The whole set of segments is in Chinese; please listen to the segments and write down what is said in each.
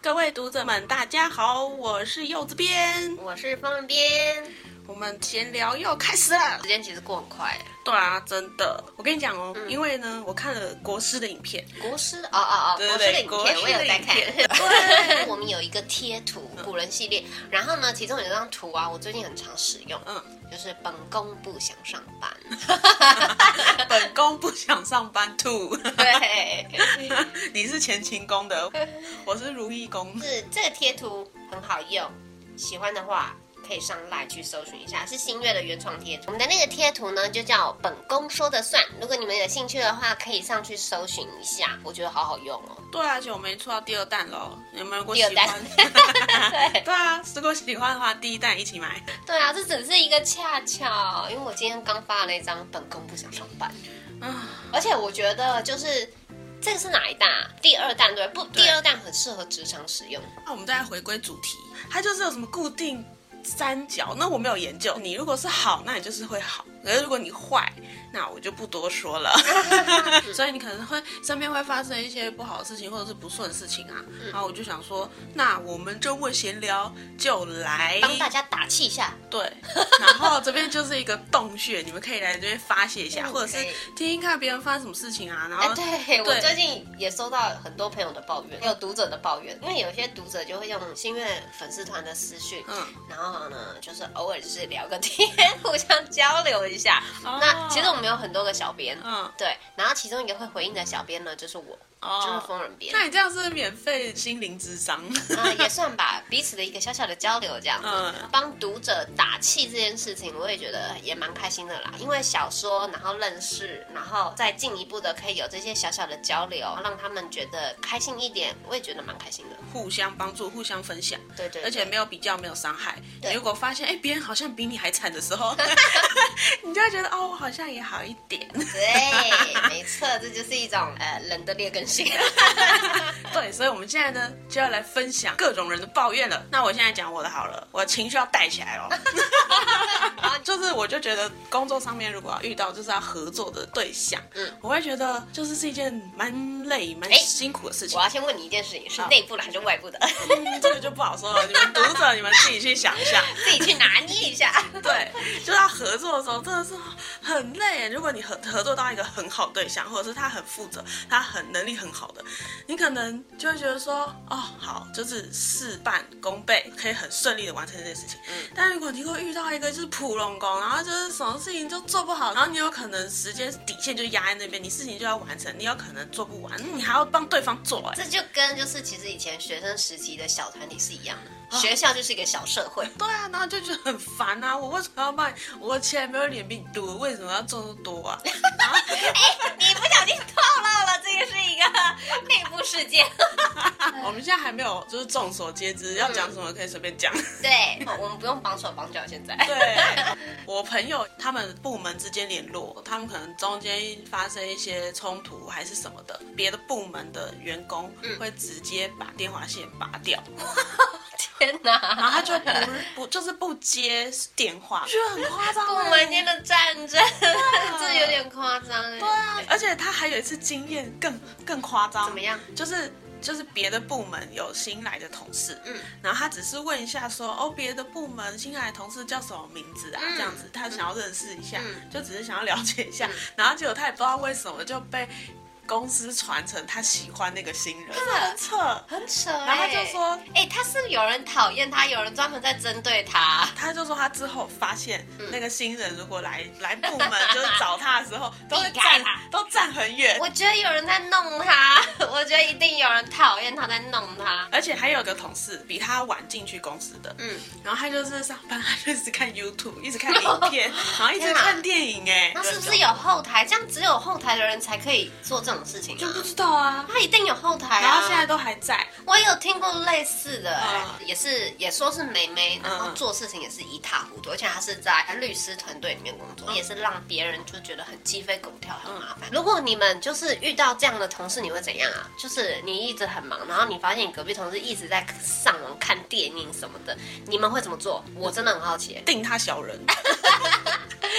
各位读者们，大家好，我是柚子编， 我是风人编。 我们闲聊又开始了， 时间其实过很快。 对啊，真的。我跟你讲哦，因为呢，我看了国师的影片。 国师对国师的影片我有在看。 对， 我们有一个贴图古人系列，然后呢，其中有一张图啊，我最近很常使用，就是本宫不想上班。 本宫不想上班 too。 对， 你是乾清宫的，我是如意宫。 是这个贴图很好用，喜欢的话可以上 LINE 去搜寻一下，是新月的原创贴图。我们的那个贴图呢，就叫本宫说的算。如果你们有兴趣的话，可以上去搜寻一下，我觉得好好用哦。 对啊，而且我们出到第二弹了，有没有？如果喜欢，对啊，如果喜欢的话，第一弹一起买。 对啊，这只是一个恰巧，因为我今天刚发了那张本宫不想上班，而且我觉得就是这个是哪一弹啊？第二弹对不？第二弹很适合职场使用。 那我们再回归主题，它就是有什么固定三角，那我没有研究。你如果是好，那你就是会好；可是如果你坏，那我就不多说了。所以你可能会身边会发生一些不好的事情，或者是不顺的事情啊。然后我就想说，那我们周末闲聊就来帮大家打气一下。 对，然后这边就是一个洞穴，你们可以来这边发泄一下，或者是听听看别人发生什么事情啊。然后， 对我最近也收到很多朋友的抱怨，有读者的抱怨，因为有些读者就会用新月粉丝团的私讯，然后呢，就是偶尔就是聊个天，互相交流一下。那其实我们有很多个小编，对，然后其中一个会回应的小编呢，就是我。就是疯人编。 那你这样是免费心灵咨商也算吧，彼此的一个小小的交流，这样子，帮读者打气这件事情，我也觉得也蛮开心的啦。因为小说，然后认识，然后再进一步的可以有这些小小的交流，让他们觉得开心一点，我也觉得蛮开心的。 互相帮助，互相分享， 对， 而且没有比较，没有伤害。你如果发现别人好像比你还惨的时候，你就会觉得我好像也好一点。 对，没错，这就是一种人的劣根性。 对，所以我们现在呢就要来分享各种人的抱怨了。那我现在讲我的好了，我的情绪要带起来了。就是我就觉得工作上面如果要遇到就是要合作的对象，我会觉得是一件蛮累蛮辛苦的事情。 我要先问你一件事情，是内部的还是外部的？ 这个就不好说了，你们读者你们自己去想一下， 自己去拿捏一下。 对，就是要合作的时候真的是很累。如果你合作到一个很好对象，或者是他很负责，他能力很好的，你可能就会觉得说好，就是事半功倍，可以很顺利的完成这件事情。但如果你会遇到一个就是普龙工，然后就是什么事情就做不好，然后你有可能时间底线就压在那边，你事情就要完成，你有可能做不完，你还要帮对方做。 这就跟就是其实以前学生时期的小团体是一样的。学校就是一个小社会， 对啊，然后就觉得很烦啊！我为什么要卖？我钱没有脸比你多，为什么要做那么多啊？ 你不小心透露了，这个是一个内部事件。 我们现在还没有就是众所皆知，要讲什么可以随便讲。 对，我们不用绑手绑脚。现在， 对，我朋友他们部门之间联络，他们可能中间发生一些冲突还是什么的，别的部门的员工会直接把电话线拔掉。 天哪！ 然后他就不接电话，觉得很夸张。 部门间的战争，这有点夸张。 对啊，而且他还有一次经验更夸张。 怎么样？ 就是别的部门有新来的同事，然后他只是问一下说，别的部门新来的同事叫什么名字啊？这样子，他想要认识一下，就只是想要了解一下，然后结果他也不知道为什么就被公司传承他喜欢那个新人，很扯， 很扯。 然后他就说， 他是有人讨厌他，有人专门在针对他。 他就说他之后发现，那个新人如果来部门就是找他的时候，都站很远。 我觉得有人在弄他，我觉得一定有人讨厌他在弄他。 而且还有个同事比他晚进去公司的，然后他就是上班，他就一直看 YouTube， 一直看影片，然后一直看电影。 那是不是有后台？这样只有后台的人才可以做这种事情就不知道啊， 他一定有后台啊， 然后现在都还在。 我有听过类似的，也说是妹妹，然后做事情也是一塌糊涂，而且她是在律师团队里面工作，也是让别人就觉得很鸡飞狗跳，很麻烦。如果你们就是遇到这样的同事，你会怎样啊？就是你一直很忙，然后你发现你隔壁同事一直在上网看电影什么的，你们会怎么做？我真的很好奇。 定他小人。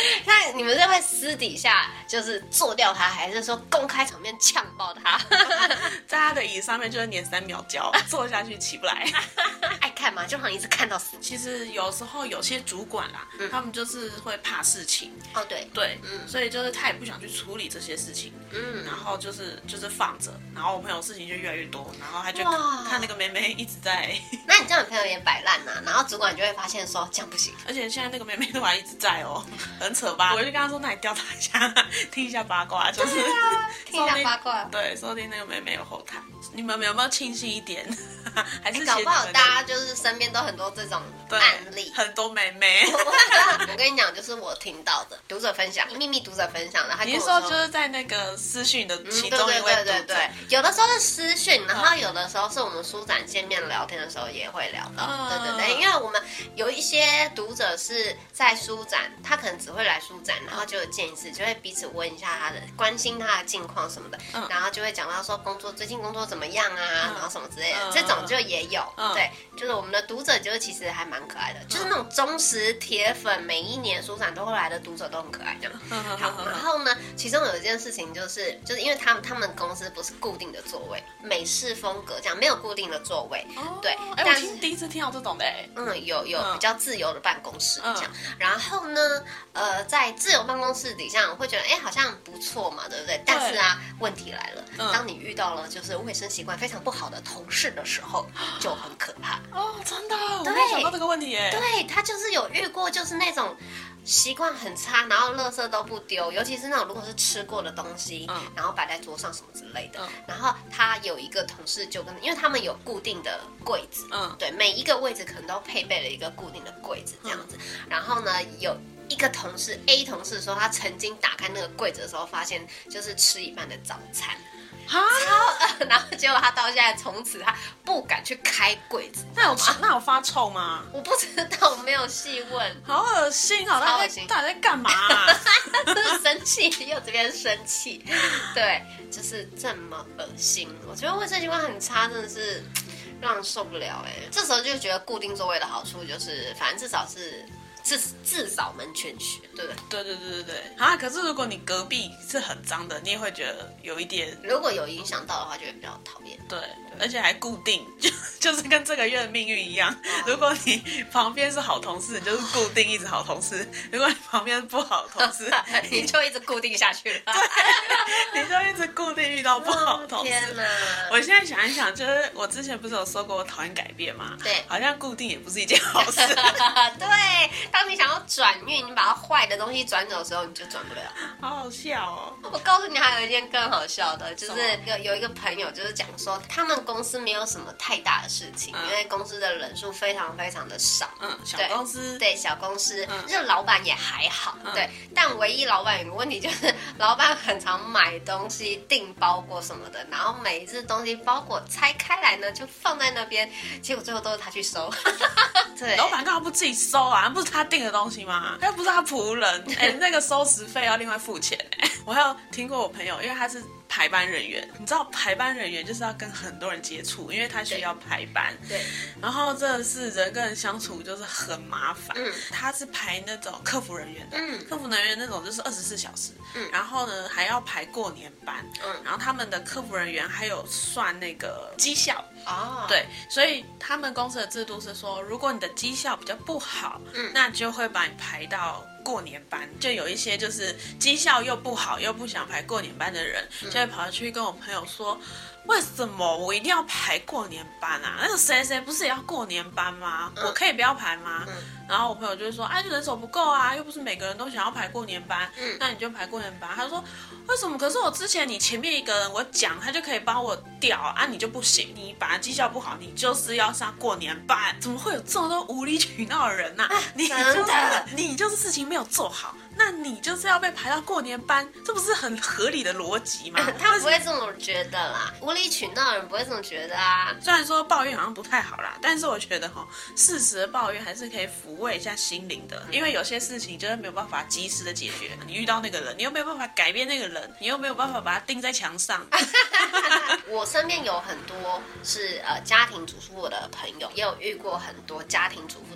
那你们是会私底下就是做掉他，还是说公开场面呛爆他？ 在他的椅子上面就是连3秒胶，坐下去起不来。 爱看吗？就好像一直看到死。 其实有时候有些主管啦，他们就是会怕事情。 哦，对对，所以就是他也不想去处理这些事情。然后就是放着，然后我朋友事情就越来越多，然后他就看那个妹妹一直在。 那你这样，朋友也摆烂啊，然后主管就会发现说这样不行。 而且现在那个妹妹都还一直在哦，很扯吧？我就跟他说，那你调查一下，听一下八卦，就是听一下八卦。 对，说不定那个妹妹有后台。你们有没有庆幸一点？还是搞不好大家就是身边都很多这种案例， 很多妹妹。 我跟你讲，就是我听到的读者分享，秘密读者分享的。 你是说就是在那个私讯的其中一位读者？ 对，有的时候是私讯，然后有的时候是我们书展见面聊天的时候也会聊到。对，因为我们有一些读者是在书展，他可能只会来书展，然后就见一次，就会彼此问一下他的，关心他的近况什么的，然后就会讲到说最近工作怎么样啊，然后什么之类的，这种就也有。对，就是我们的读者就是其实还蛮可爱的，就是那种忠实铁粉，每一年书展都会来的读者都很可爱这样。好，然后呢，其中有一件事情就是因为他们公司不是固定的座位，美式风格这样，没有固定的座位。对， 我第一次听到这种的。 有比较自由的办公室这样。然后呢，在自由办公室底下，我会觉得好像不错嘛，对不对？但是啊，问题来了，当你遇到了就是卫生习惯非常不好的同事的时候，就很可怕。 哦，真的，我没有想到这个问题耶。 对，他就是有遇过，就是那种习惯很差，然后垃圾都不丢，尤其是那种如果是吃过的东西，然后摆在桌上什么之类的。然后他有一个同事就因为他们有固定的柜子，对，每一个位置可能都配备了一个固定的柜子这样子。然后呢，有一个同事 A 同事说，他曾经打开那个柜子的时候，发现就是吃一半的早餐。超饿，然后结果他到现在从此他不敢去开柜子。 那有发臭吗？ 我不知道，我没有细问。 好恶心哦！ 超恶心， 到底在干嘛？ 就是生气，又这边生气，对，就是这么恶心。我觉得卫生习惯很差，真的是让人受不了这时候就觉得固定座位的好处就是，反正至少是。至少门全学，对不对？ 对啊！可是如果你隔壁是很脏的，你也会觉得有一点， 如果有影响到的话，就会比较讨厌。 对，而且还固定，就是跟这个月的命运一样。如果你旁边是好同事，你就是固定一直好同事；如果你旁边是不好的同事， 你就一直固定下去了。 对，你就一直固定遇到不好的同事。 天哪！ 我现在想一想，就是我之前不是有说过我讨厌改变吗？ 对， 好像固定也不是一件好事。 对。当你想要转运，你把它坏的东西转走的时候，你就转不了。 好好笑哦！ 我告诉你，还有一件更好笑的，就是有一个朋友就是讲说，他们公司没有什么太大的事情，因为公司的人数非常非常的少。 小公司。 对，小公司，就是老板也还好。对，但唯一老板有个问题就是，老板很常买东西、订包裹什么的，然后每一次东西包裹拆开来呢，就放在那边，结果最后都是他去收。对， 老板干嘛不自己收啊？不是他订的东西吗？又不是他仆人，那个收拾费要另外付钱。我还有听过我朋友，因为他是排班人员，你知道排班人员就是要跟很多人接触，因为他需要排班。 对。 然后真的是人跟人相处就是很麻烦。他是排那种客服人员的。客服人员那种就是24小时。然后呢还要排过年班。然后他们的客服人员还有算那个绩效。对，所以他们公司的制度是说，如果你的绩效比较不好，那就会把你排到过年班。就有一些就是绩效又不好又不想排过年班的人，就会跑去跟我朋友说，为什么我一定要排过年班啊？那个谁谁不是也要过年班吗？我可以不要排吗？然后我朋友就会说，就人手不够啊，又不是每个人都想要排过年班，那你就排过年班。他就说，为什么？可是我之前你前面一个人我讲，他就可以帮我调啊，你就不行，你本来绩效不好，你就是要上过年班，怎么会有这么多无理取闹的人啊？你就是事情没有做好，那你就是要被排到过年班，这不是很合理的逻辑吗？ 他不会这么觉得啦，无理取闹的人不会这么觉得啊。 虽然说抱怨好像不太好啦，但是我觉得适时的抱怨还是可以抚慰一下心灵的，因为有些事情就是没有办法及时的解决。你遇到那个人，你又没有办法改变那个人，你又没有办法把他钉在墙上。 我身边有很多是家庭主妇的朋友，也有遇过很多家庭主妇的读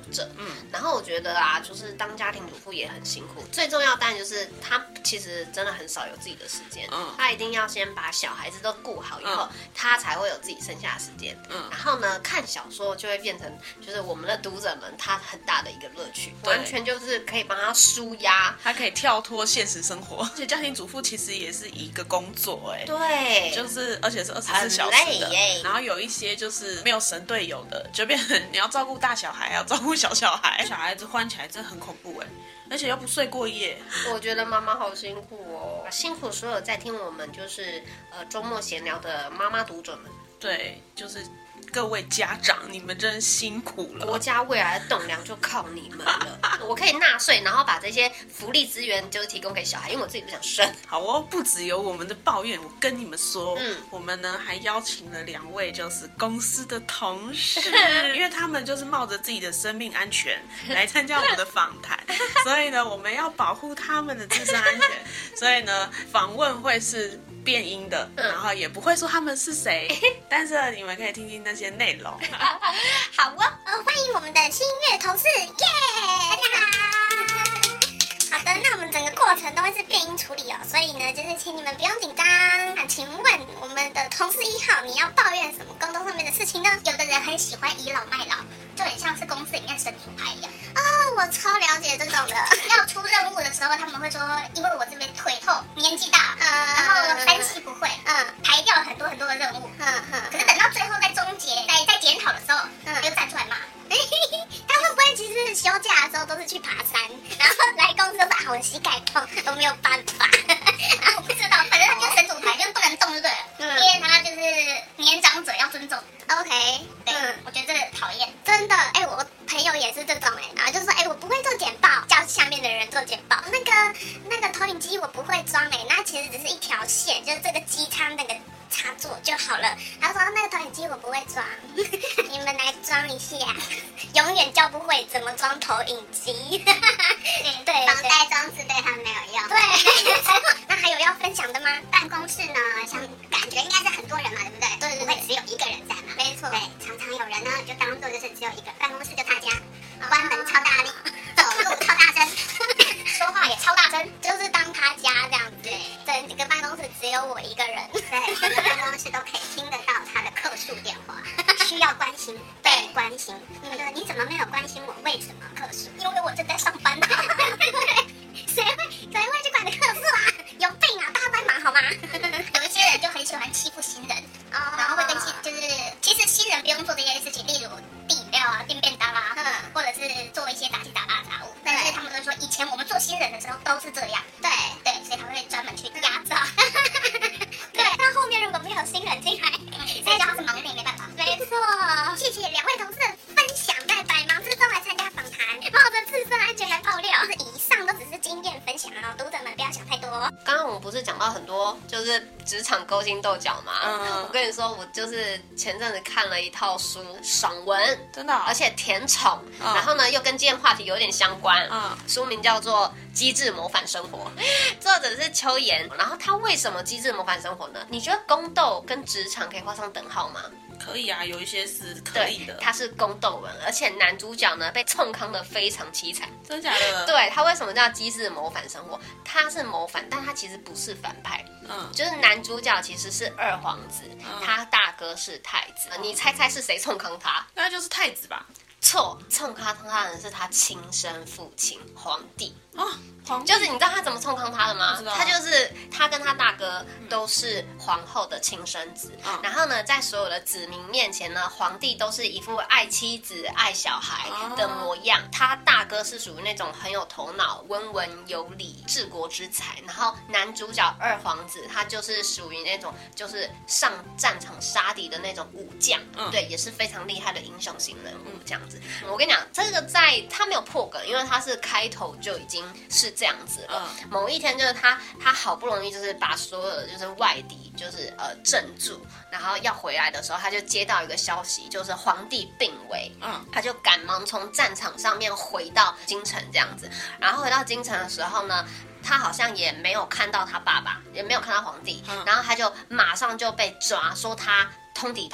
者。然后我觉得啊，就是当家庭主妇也很辛苦，最重要当然就是她其实真的很少有自己的时间，她一定要先把小孩子都顾好以后，她才会有自己剩下的时间。然后呢，看小说就会变成就是我们的读者们他很大的一个乐趣，完全就是可以帮他舒压， 他可以跳脱现实生活。而且家庭主妇其实也是一个工作， 对， 就是而且是24小时的。然后有一些就是没有神队友的，就变成你要照顾大小孩，要照顾小孩，小孩子欢起来真的很恐怖而且又不睡过夜。 我觉得妈妈好辛苦哦，辛苦所有在听我们就是周末闲聊的妈妈读者们。 对，就是各位家长，你们真辛苦了。 国家未来的栋梁就靠你们了。我可以纳税，然后把这些福利资源就提供给小孩，因为我自己不想生。 好哦，不只有我们的抱怨，我跟你们说，我们呢还邀请了2位就是公司的同事，因为他们就是冒着自己的生命安全来参加我们的访谈，所以呢，我们要保护他们的自身安全，所以呢，访问会是变音的，然后也不会说他们是谁，但是你们可以听听那些内容。 好哦，欢迎我们的新月同事，耶！大家好。好的，那我们整个过程都会是变音处理哦，所以呢，就是请你们不用紧张。那请问我们的同事1号，你要抱怨什么工作上面的事情呢？有的人很喜欢倚老卖老，就很像是公司里面神主牌一样。我超了解这种的。要出任务的时候，他们会说，因为我这边腿痛，年纪大，然后3C不会，排掉了很多的任务，可是等到最后在终结，在检讨的时候，又站出来骂。他会不会其实休假的时候都是去爬山，然后来公司说我膝盖痛，都没有办法。我不知道，反正他就是神主牌，就是不能动就对了，因为他就是年长者要尊重。OK， 对，我觉得这个讨厌，真的。我朋友也是这种然后就说我不会做简报，叫下面的人做简报。那个投影机我不会装那其实只是一条线，就是这个机舱那个插座就好了。他说那个投影机我不会装，你们来装一下。永远教不会怎么装投影机。对，防呆装置对他们没有用。对，那还有要分享的吗？办公室呢，像感觉应该是很多人嘛，对不对？对，不会只有一个人在嘛。没错。对，常常有人呢就当做就是只有一个，办公室就他家，关门超大力，走路超大声，说话也超大声，就是当他家这样子。整几个办公室只有我一个人。对，整个办公室都可以听得到他的客诉电话，需要关心，被关心。你怎么没有关心我？为什么客诉？因为我正在上班呢。谁会去管你客诉啊？有病啊！大家帮忙好吗？有一些人就很喜欢欺负新人，然后会跟其实新人不用做这些事情，例如订饮料啊、订便当啊，或者是做一些杂七杂八的杂物。但是他们都说，以前我们做新人的时候都是这样。对，所以他会专门去压榨。对，那后面如果没有新人进来，所以叫他是盲点，没办法。没错，谢谢2位同事的分享，在百忙之中来参加访谈，冒着自身安全来爆料。以上都只是经验分享读者们不要想太多。 刚刚我们不是讲到很多就是职场勾心斗角吗？我跟你说，我就是前阵子看了一套书，爽文， 真的而且甜宠，然后呢又跟今天话题有点相关。书名叫做《机智谋反生活》，作者是邱岩。然后他为什么机智谋反生活呢？你觉得宫斗跟职场可以画上等号吗？ 可以啊，有一些是可以的。 它是宫斗文，而且男主角呢被冲康的非常凄惨。 真假的？ 对，他为什么叫机智谋反生活？他是谋反，但他其实不是反派。就是男主角其实是二皇子，他大哥是太子。你猜猜是谁冲康他？ 那就是太子吧？ 错，冲康他的人是他亲生父亲皇帝。 皇帝就是你知道他怎么冲康他的吗？ 他就是他跟他大哥都是皇后的亲生子，然后呢，在所有的子民面前呢，皇帝都是一副爱妻子、爱小孩的模样。他大哥是属于那种很有头脑、温文有礼、治国之才，然后男主角二皇子他就是属于那种就是上战场杀敌的那种武将，对，也是非常厉害的英雄型人物这样子。我跟你讲，这个在他没有破梗，因为他是开头就已经是这样子了。某一天就是他好不容易就是把所有的就是外敌就是镇住，然后要回来的时候，他就接到一个消息，就是皇帝病危。他就赶忙从战场上面回到京城这样子。然后回到京城的时候呢，他好像也没有看到他爸爸，也没有看到皇帝，然后他就马上就被抓，说他通敌叛国，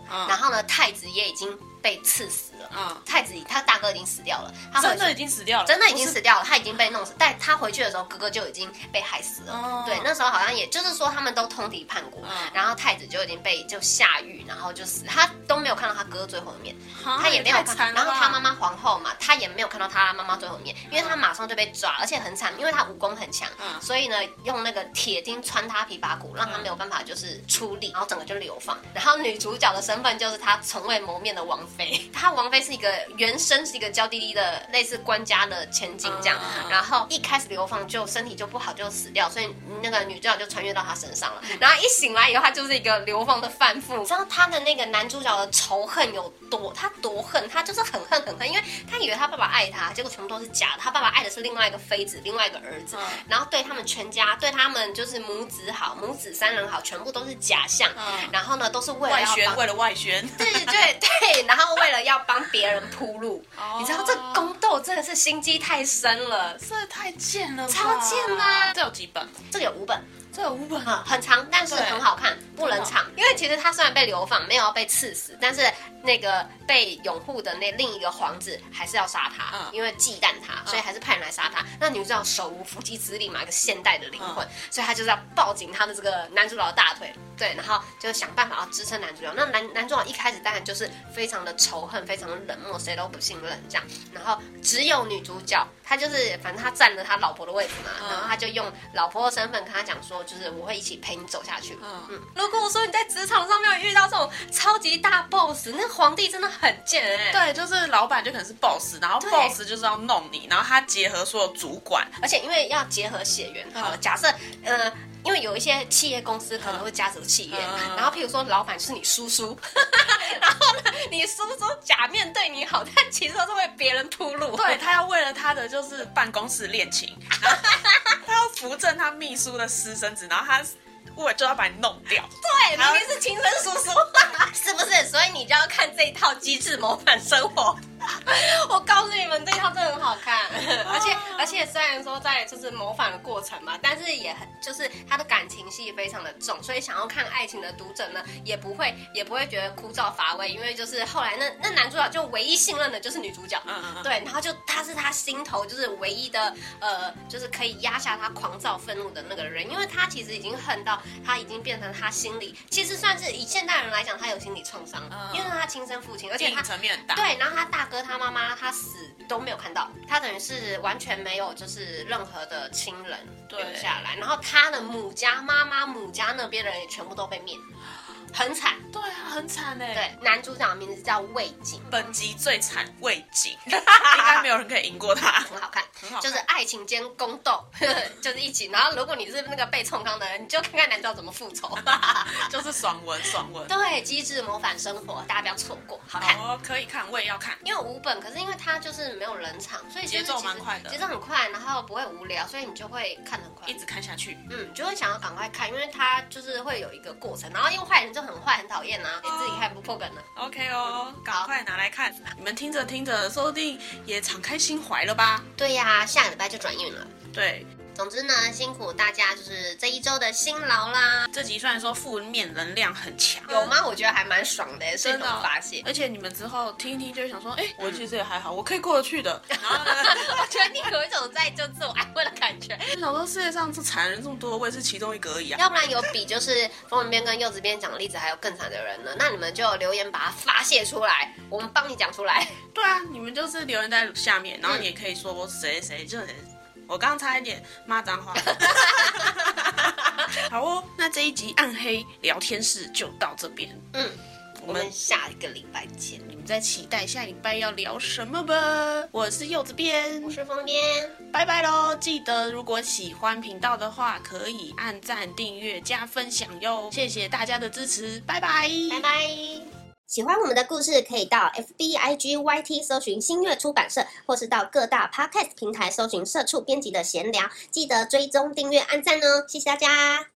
然后呢，太子也已经被刺死了。太子他大哥已经死掉了，他真的已经死掉了， 真的已经死掉了，他已经被弄死。但他回去的时候，哥哥就已经被害死了。对，那时候好像也就是说他们都通敌叛国，然后太子就已经被下狱，然后就死，他都没有看到他哥最后一面，他也没有看。然后他妈妈皇后嘛，他也没有看到他妈妈最后一面，因为他马上就被抓，而且很惨，因为他武功很强，所以呢用那个铁钉穿他琵琶骨，让他没有办法就是出力，然后整个就流放。然后女主角的身份就是她从未谋面的王妃，她王妃是一个原生是一个娇滴滴的类似官家的千金这样，然后一开始流放就身体就不好就死掉，所以那个女主角就穿越到她身上了，然后一醒来以后她就是一个流放的贩妇。你知道她的那个男主角的仇恨有多，他多恨，他就是很恨很恨，因为他以为他爸爸爱他，结果全部都是假的，他爸爸爱的是另外一个妃子，另外一个儿子，然后对他们全家，对他们就是母子好，母子三人好，全部都是假象，然后呢都是为了为了外宣， 对对对，然后为了要帮别人铺路，你知道这宫斗真的是心机太深了， 这太贱了吧， 超贱啦！ 这有几本？ 这有5本。 这有5本很长，但是很好看，不能长。因为其实他虽然被流放，没有要被刺死，但是那个被拥护的那另一个皇子还是要杀他，因为忌惮他，所以还是派人来杀他。那女主角手无缚鸡之力嘛，一个现代的灵魂，所以他就是要抱紧他的这个男主角的大腿，对，然后就想办法要支撑男主角。那男主角一开始当然就是非常的仇恨，非常的冷漠，谁都不信任这样。然后只有女主角，她就是反正她占了她老婆的位置嘛，然后她就用老婆的身份跟她讲说，就是我会一起陪你走下去。如果我说你在职场上面有遇到这种超级大 boss， 那皇帝真的很贱对，就是老板就可能是 boss， 然后 boss 就是要弄你，然后他结合所有主管， 而且因为要结合血缘。好了，假设因为有一些企业公司可能会家族企业，然后譬如说老板是你叔叔，然后呢，你叔叔假面对你好，但其实都是为别人铺路。 对，他要为了他的就是办公室恋情，然后他要扶正他秘书的私生子，然后他为了就要把你弄掉。 对，明明是亲生叔叔，是不是？所以你就要看这一套机智谋反生活。我告诉你们，这一套真的很好看，而且虽然说在就是谋反的过程嘛，但是也很就是他的感情戏非常的重，所以想要看爱情的读者呢，也不会觉得枯燥乏味，因为就是后来那男主角就唯一信任的就是女主角，对，然后就他是他心头就是唯一的就是可以压下他狂躁愤怒的那个人，因为他其实已经恨到他已经变成他心里，其实算是以现代人来讲，他有心理创伤，因为他亲生父亲，而且他层面很大， 对，然后他大哥他妈妈他死都没有看到，他等于是完全没有就是任何的亲人留下来，然后他的母家妈妈母家那边的人也全部都被灭，很惨。 对啊，很惨哎。 对，男主角的名字叫魏景， 本集最惨魏景，应该没有人可以赢过他。 很好看，就是爱情兼宫斗，就是一起。然后如果你是那个被冲康的人，你就看看男主角怎么复仇， 就是爽文。 对，机智谋反生活，大家不要错过，好看。 可以看，我也要看。 因为5本，可是因为它就是没有冷场，所以节奏蛮快的， 节奏很快，然后不会无聊，所以你就会看得很快， 一直看下去。 就会想要赶快看，因为它就是会有一个过程，然后因为坏人就很坏，很讨厌啊，给自己看不破梗了。 OK 哦，赶快拿来看。你们听着听着，说不定也敞开心怀了吧？ 对呀，下个礼拜就转运了。 对。 总之呢，辛苦大家就是这一周的辛劳啦。 这集虽然说负面能量很强， 有吗？我觉得还蛮爽的，是一种发泄。 而且你们之后听一听就会想说，我其实也还好，我可以过得去的。然后呢， 我觉得你有一种在就自我安慰的感觉。 就想说世界上这惨人这么多，我也是其中一个而已啊。 要不然有比就是风人边跟柚子边讲的例子还有更惨的人呢，那你们就留言把它发泄出来，我们帮你讲出来。 对啊，你们就是留言在下面，然后你也可以说谁就是。我刚刚差一点骂脏话。好哦，那这一集暗黑聊天室就到这边。 我们下一个礼拜见。 你们在期待下礼拜要聊什么吧？我是柚子边， 我是风边， 拜拜咯！记得如果喜欢频道的话，可以按赞、订阅、加分享哟。谢谢大家的支持，拜拜， 拜拜。喜欢我们的故事，可以到 FB、IG、YT 搜寻新月出版社，或是到各大 Podcast 平台搜寻社畜编辑的闲聊。记得追踪、订阅、按赞哦！谢谢大家。